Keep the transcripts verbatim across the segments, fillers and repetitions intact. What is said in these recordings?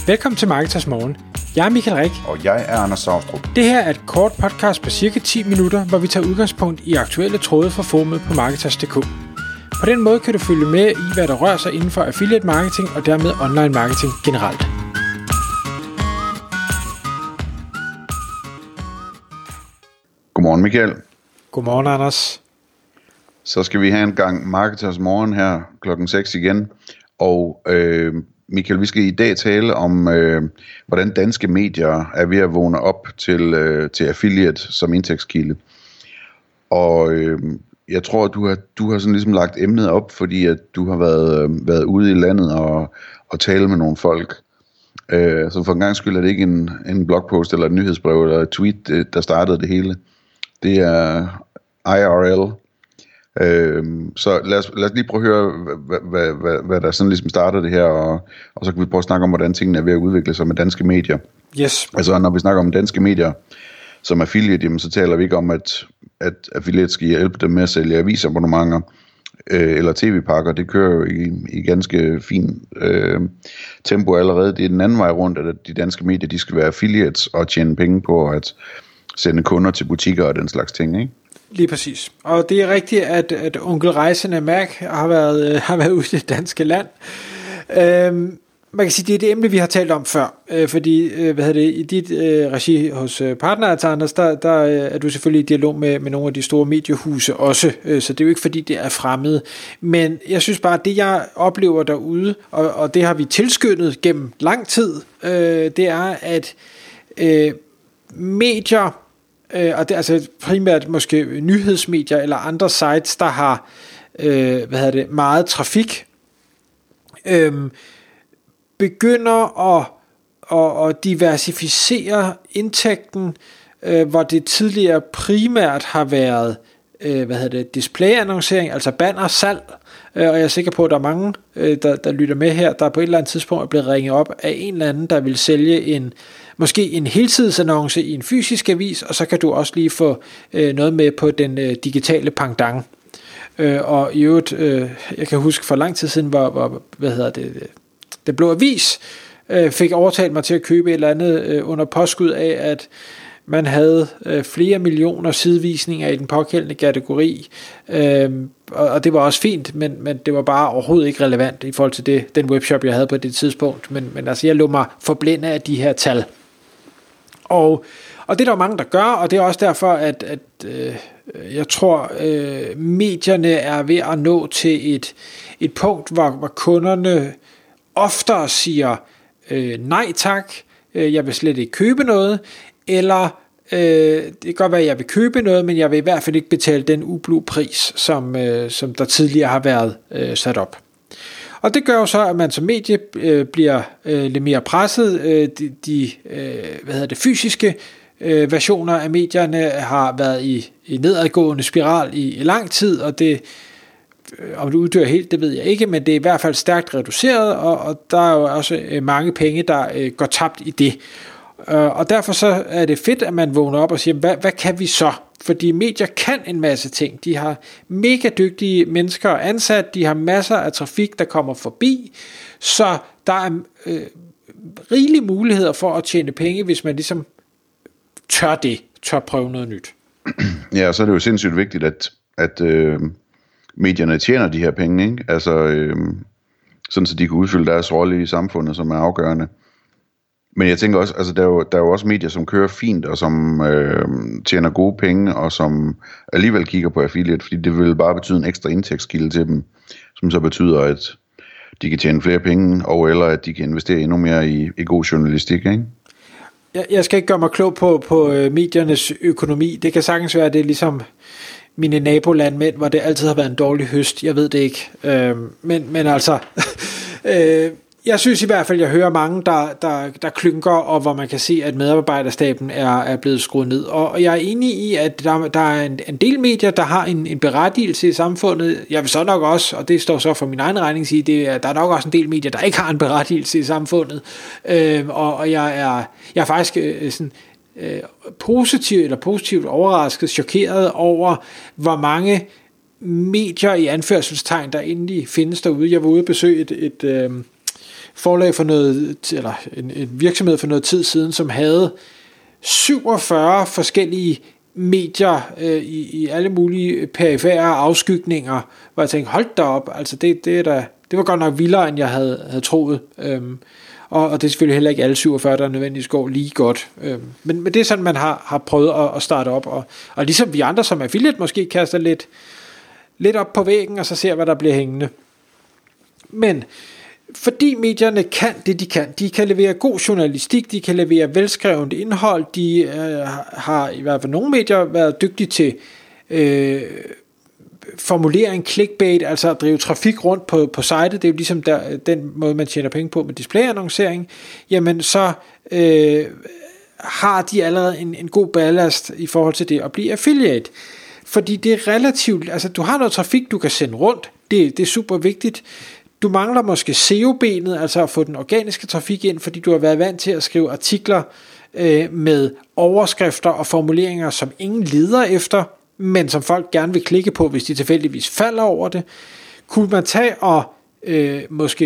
Velkommen til Marketers Morgen. Jeg er Michael Rik. Og jeg er Anders Saustrup. Det her er et kort podcast på cirka ti minutter, hvor vi tager udgangspunkt i aktuelle tråde fra forumet på Marketers punktum d k. På den måde kan du følge med i, hvad der rører sig inden for affiliate marketing og dermed online marketing generelt. Godmorgen Michael. Godmorgen Anders. Så skal vi have en gang Marketers Morgen her klokken seks igen. Og øh, Michael, vi skal i dag tale om, øh, hvordan danske medier er ved at vågne op til, øh, til affiliate som indtægtskilde. Og øh, jeg tror, du har, du har sådan ligesom lagt emnet op, fordi at du har været, øh, været ude i landet og, og tale med nogle folk. Øh, så for en gang skyld er det ikke en, en blogpost eller et nyhedsbrev eller et tweet, der startede det hele. Det er I R L. Øh, så lad os, lad os lige prøve at høre, hvad, hvad, hvad, hvad der sådan ligesom starter det her, og, og så kan vi prøve at snakke om, hvordan tingene er ved at udvikle sig med danske medier. Yes. Altså når vi snakker om danske medier som affiliate, jamen, så taler vi ikke om, at, at affiliate skal hjælpe dem med at sælge avisabonnementer øh, eller tv-pakker. Det kører jo i, i ganske fin øh, tempo allerede. Det er den anden vej rundt, at de danske medier, de skal være affiliates og tjene penge på at sende kunder til butikker og den slags ting, ikke? Lige præcis. Og det er rigtigt, at, at onkel Rejsende Mac har været, øh, har været ude i det danske land. Øhm, man kan sige, det er det emne, vi har talt om før. Øh, fordi, øh, hvad hedder det, i dit øh, regi hos øh, Partner, Anders, der, der øh, er du selvfølgelig i dialog med, med nogle af de store mediehuse også. Øh, så det er jo ikke fordi, det er fremmed. Men jeg synes bare, at det jeg oplever derude, og, og det har vi tilskyndet gennem lang tid, øh, det er, at øh, medier, og det er altså primært måske nyhedsmedier eller andre sites, der har øh, hvad hedder det, meget trafik, øh, begynder at, at, at diversificere indtægten, øh, hvor det tidligere primært har været øh, hvad hedder det, displayannoncering, altså bannersalg, øh, og jeg er sikker på, at der er mange, øh, der, der lytter med her, der på et eller andet tidspunkt er blevet ringet op af en eller anden, der vil sælge en måske en heltidsannonce i en fysisk avis, og så kan du også lige få øh, noget med på den øh, digitale pendant. Øh, og i øvrigt, øh, jeg kan huske for lang tid siden, hvor, hvor hvad hedder det, Den Blå Avis øh, fik overtalt mig til at købe et eller andet øh, under påskud af, at man havde øh, flere millioner sidevisninger i den pågældende kategori, øh, og, og det var også fint, men, men det var bare overhovedet ikke relevant i forhold til det, den webshop, jeg havde på det tidspunkt. Men, men altså, jeg lå mig forblænde af de her tal. Og, og det er der mange, der gør, og det er også derfor, at, at øh, jeg tror, øh, medierne er ved at nå til et, et punkt, hvor, hvor kunderne oftere siger øh, nej tak, øh, jeg vil slet ikke købe noget, eller øh, det kan godt være, at jeg vil købe noget, men jeg vil i hvert fald ikke betale den ublu pris, som, øh, som der tidligere har været øh, sat op. Og det gør jo så, at man som medie øh, bliver øh, lidt mere presset. Øh, de de øh, hvad hedder det, fysiske øh, versioner af medierne har været i, i nedadgående spiral i, i lang tid, og det, øh, om det uddør helt, det ved jeg ikke, men det er i hvert fald stærkt reduceret, og, og der er jo også øh, mange penge, der øh, går tabt i det. Øh, og derfor så er det fedt, at man vågner op og siger, hvad, hvad kan vi så? Fordi medier kan en masse ting. De har mega dygtige mennesker ansat, de har masser af trafik, der kommer forbi, så der er øh, rigelige muligheder for at tjene penge, hvis man ligesom tør det, tør prøve noget nyt. Ja, så er det jo sindssygt vigtigt, at, at øh, medierne tjener de her penge, ikke? Altså, øh, sådan så de kan udfylde deres rolle i samfundet, som er afgørende. Men jeg tænker også, altså der er jo, der er jo også medier, som kører fint, og som øh, tjener gode penge, og som alligevel kigger på affiliate, fordi det vil bare betyde en ekstra indtægtskilde til dem, som så betyder, at de kan tjene flere penge, og eller at de kan investere endnu mere i, i god journalistik, ikke? Jeg, jeg skal ikke gøre mig klog på, på mediernes økonomi. Det kan sagtens være, at det er ligesom mine nabolandmænd, hvor det altid har været en dårlig høst. Jeg ved det ikke. Øh, men, men altså... øh, Jeg synes i hvert fald, jeg hører mange, der, der, der klynker, og hvor man kan se, at medarbejderstaben er, er blevet skruet ned. Og jeg er enig i, at der, der er en, en del medier, der har en, en berettigelse i samfundet. Jeg vil så nok også, og det står så for min egen regning, sige, det er, der er nok også en del medier, der ikke har en berettigelse i samfundet. Øh, og, og jeg er, jeg er faktisk øh, sådan, øh, positivt eller positivt overrasket, chokeret over, hvor mange medier i anførselstegn, der egentlig findes derude. Jeg var ude at besøge et... et øh, forlag for noget, eller en, en virksomhed for noget tid siden, som havde syvogfyrre forskellige medier øh, i, i alle mulige perifære afskygninger, hvor jeg tænkte, hold da op, altså det, det, er da, det var godt nok vildere, end jeg havde, havde troet. Øhm, og, og det er selvfølgelig heller ikke alle syvogfyrre, der nødvendigvis går lige godt. Øhm, men, men det er sådan, man har, har prøvet at, at starte op. Og, og ligesom vi andre som affiliate måske kaster lidt, lidt op på væggen, og så ser, hvad der bliver hængende. Men fordi medierne kan det, de kan. De kan levere god journalistik, de kan levere velskrevet indhold, de øh, har i hvert fald nogle medier været dygtige til øh, formulering, clickbait, altså at drive trafik rundt på, på sitet, det er jo ligesom der, den måde, man tjener penge på med displayannoncering, jamen så øh, har de allerede en, en god ballast i forhold til det at blive affiliate. Fordi det er relativt, altså du har noget trafik, du kan sende rundt, det, det er super vigtigt. Du mangler måske S E O-benet, altså at få den organiske trafik ind, fordi du har været vant til at skrive artikler øh, med overskrifter og formuleringer, som ingen leder efter, men som folk gerne vil klikke på, hvis de tilfældigvis falder over det. Kunne man tage og øh, måske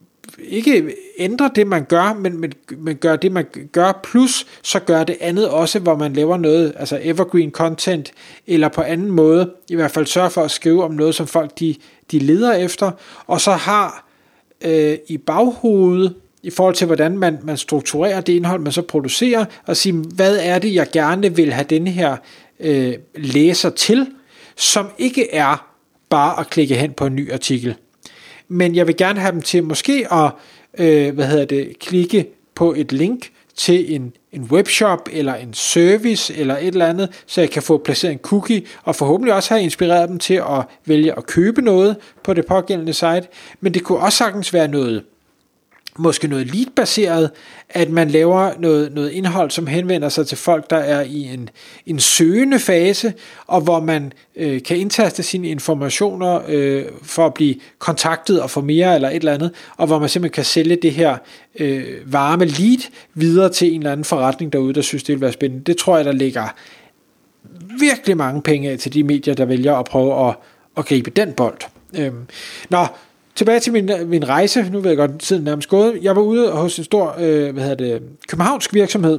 ikke ændre det, man gør, men, men, men gør det, man gør, plus så gør det andet også, hvor man laver noget, altså evergreen content, eller på anden måde, i hvert fald sørge for at skrive om noget, som folk de, de leder efter, og så har øh, i baghovedet, i forhold til, hvordan man, man strukturerer det indhold, man så producerer, og sige, hvad er det, jeg gerne vil have denne her øh, læser til, som ikke er bare at klikke hen på en ny artikel. Men jeg vil gerne have dem til måske at øh, hvad hedder det, klikke på et link til en, en webshop eller en service eller et eller andet, så jeg kan få placeret en cookie og forhåbentlig også have inspireret dem til at vælge at købe noget på det pågældende site. Men det kunne også sagtens være noget, måske noget lead-baseret, at man laver noget, noget indhold, som henvender sig til folk, der er i en, en søgende fase, og hvor man øh, kan indtaste sine informationer øh, for at blive kontaktet og få mere eller et eller andet, og hvor man simpelthen kan sælge det her øh, varme lead videre til en eller anden forretning derude, der synes, det vil være spændende. Det tror jeg, der ligger virkelig mange penge af til de medier, der vælger at prøve at, at gribe den bold. Øhm, nå, tilbage til min, min rejse, nu ved jeg godt, tiden nærmest gået. Jeg var ude hos en stor øh, hvad hedder det, københavnsk virksomhed,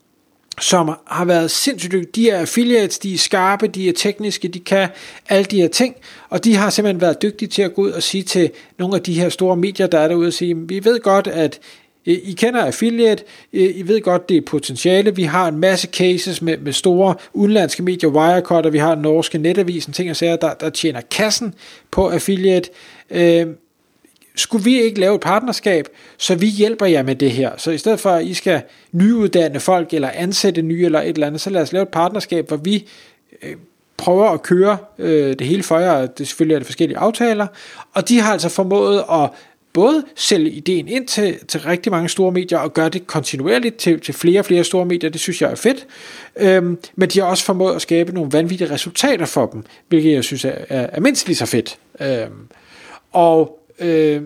som har været sindssygt dygtige. De er affiliates, de er skarpe, de er tekniske, de kan alle de her ting, og de har simpelthen været dygtige til at gå ud og sige til nogle af de her store medier, der er derude, og sige, vi ved godt, at I kender affiliate, I ved godt, det er potentiale, vi har en masse cases med, med store udenlandske medier, Wirecard, og vi har norske netavisen, ting og sager, der, der tjener kassen på affiliate. Øh, skulle vi ikke lave et partnerskab, så vi hjælper jer med det her. Så i stedet for, at I skal nyuddanne folk, eller ansætte nye, eller et eller andet, så lad os lave et partnerskab, hvor vi øh, prøver at køre øh, det hele for jer, det selvfølgelig er det forskellige aftaler, og de har altså formået at både sælge ideen ind til, til rigtig mange store medier, og gøre det kontinuerligt til, til flere og flere store medier, det synes jeg er fedt, øhm, men de har også formået at skabe nogle vanvittige resultater for dem, hvilket jeg synes er, er, er mindst lige så fedt. Øhm, og øh,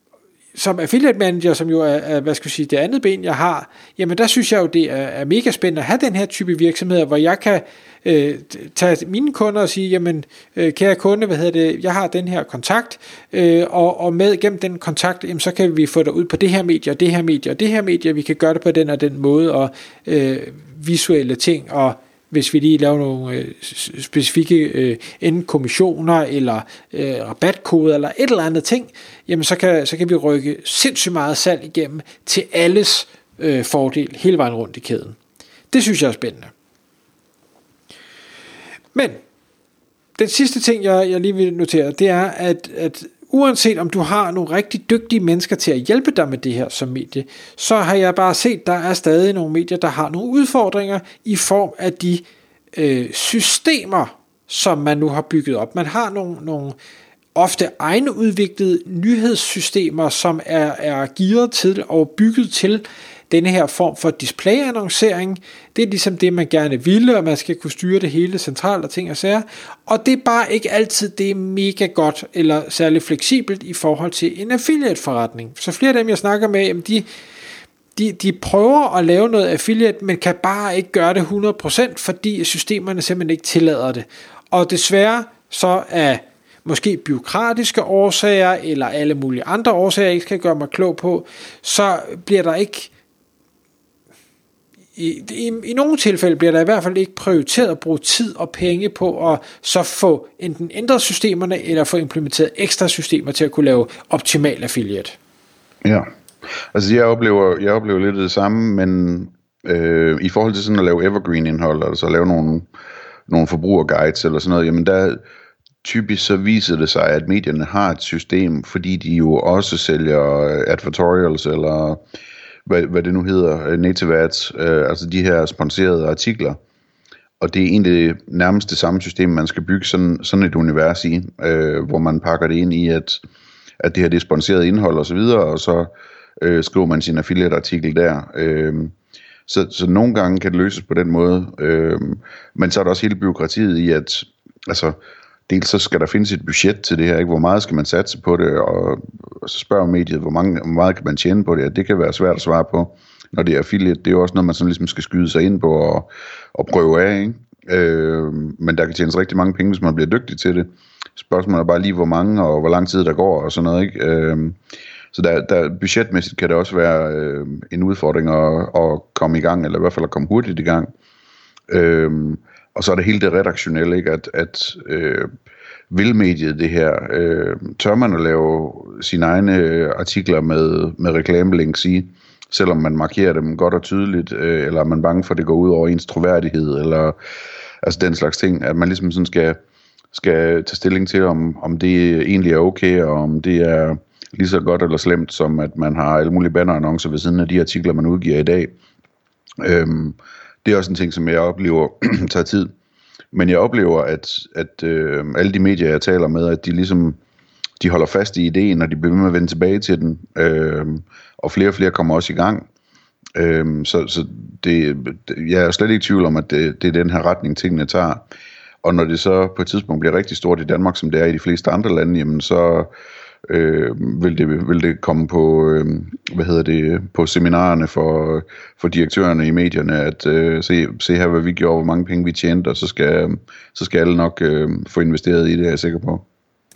som affiliate manager, som jo er, er, hvad skal jeg sige, det andet ben, jeg har, jamen der synes jeg jo, det er, er mega spændende at have den her type virksomheder, hvor jeg kan øh, tage mine kunder og sige, jamen øh, kære kunde, hvad hedder det, jeg har den her kontakt, øh, og, og med gennem den kontakt, jamen, så kan vi få dig ud på det her medie, og det her medie, og det her medie, vi kan gøre det på den og den måde, og øh, visuelle ting, og hvis vi lige laver nogle øh, specifikke øh, enten kommissioner eller øh, rabatkoder eller et eller andet ting, jamen så kan, så kan vi rykke sindssygt meget salg igennem til alles øh, fordel hele vejen rundt i kæden. Det synes jeg er spændende. Men den sidste ting, jeg, jeg lige vil notere, det er, at, at uanset om du har nogle rigtig dygtige mennesker til at hjælpe dig med det her som medie, så har jeg bare set, der er stadig nogle medier, der har nogle udfordringer i form af de øh, systemer, som man nu har bygget op. Man har nogle, nogle ofte egenudviklede nyhedssystemer, som er, er gearet til og bygget til denne her form for displayannoncering. Det er ligesom det, man gerne ville, og man skal kunne styre det hele centralt og ting og sager. Og det er bare ikke altid det er mega godt eller særlig fleksibelt i forhold til en affiliate-forretning. Så flere af dem, jeg snakker med, jamen de, de, de prøver at lave noget affiliate, men kan bare ikke gøre det hundrede procent, fordi systemerne simpelthen ikke tillader det. Og desværre så er måske byråkratiske årsager, eller alle mulige andre årsager, jeg ikke skal gøre mig klog på, så bliver der ikke, i, i, i nogle tilfælde bliver der i hvert fald ikke prioriteret at bruge tid og penge på at så få enten ændret systemerne, eller få implementeret ekstra systemer til at kunne lave optimal affiliate. Ja, altså jeg oplever, jeg oplever lidt det samme, men øh, i forhold til sådan at lave evergreen-indhold, altså at lave nogle, nogle forbrugerguides eller sådan noget, jamen der typisk så viser det sig, at medierne har et system, fordi de jo også sælger advertorials, eller hvad, hvad det nu hedder, native ads, øh, altså de her sponserede artikler. Og det er egentlig nærmest det samme system, man skal bygge sådan, sådan et univers i, øh, hvor man pakker det ind i, at, at det her det er sponsoreret indhold og så videre, og så øh, skriver man sin affiliate-artikel der. Øh, så, så nogle gange kan det løses på den måde, øh, men så er der også hele byråkratiet i, at altså, dels så skal der findes et budget til det her, ikke? Hvor meget skal man satse på det, og, og så spørger mediet, hvor, mange, hvor meget kan man tjene på det, og det kan være svært at svare på, når det er affiliate. Det er jo også noget, man sådan ligesom skal skyde sig ind på og, og prøve af, ikke? Øh, men der kan tjenes rigtig mange penge, hvis man bliver dygtig til det. Spørgsmålet er bare lige, hvor mange og hvor lang tid der går og sådan noget, ikke? Øh, så der, der, budgetmæssigt kan det også være øh, en udfordring at, at komme i gang, eller i hvert fald at komme hurtigt i gang. Øh, og så er det hele det redaktionelle, ikke? At, at øh, vil mediet det her, øh, tør man at lave sine egne artikler med, med reklamelinks i, selvom man markerer dem godt og tydeligt, øh, eller er man bange for, at det går ud over ens troværdighed, eller altså den slags ting, at man ligesom sådan skal, skal tage stilling til, om, om det egentlig er okay, og om det er lige så godt eller slemt, som at man har alle mulige bannerannoncer ved siden af de artikler, man udgiver i dag. Øhm, det er også en ting, som jeg oplever tager tid. Men jeg oplever, at, at øh, alle de medier, jeg taler med, at de ligesom de holder fast i ideen, og de bliver med at vende tilbage til den. Øh, og flere og flere kommer også i gang. Øh, så så det, jeg er slet ikke i tvivl om, at det, det er den her retning, tingene tager. Og når det så på et tidspunkt bliver rigtig stort i Danmark, som det er i de fleste andre lande, jamen så øh, vil, det, vil det komme på, øh, hvad hedder det, på seminarerne for, for direktørerne i medierne, at øh, se, se her, hvad vi gjorde, hvor mange penge vi tjente, og så skal, så skal alle nok øh, få investeret i det, er jeg sikker på.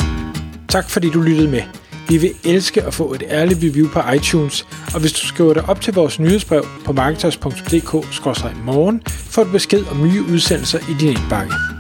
Tak fordi du lyttede med. Vi vil elske at få et ærligt review på iTunes, og hvis du skriver dig op til vores nyhedsbrev på marketers punktum d k skråstreg morgen, får du besked om nye udsendelser i din indbakke.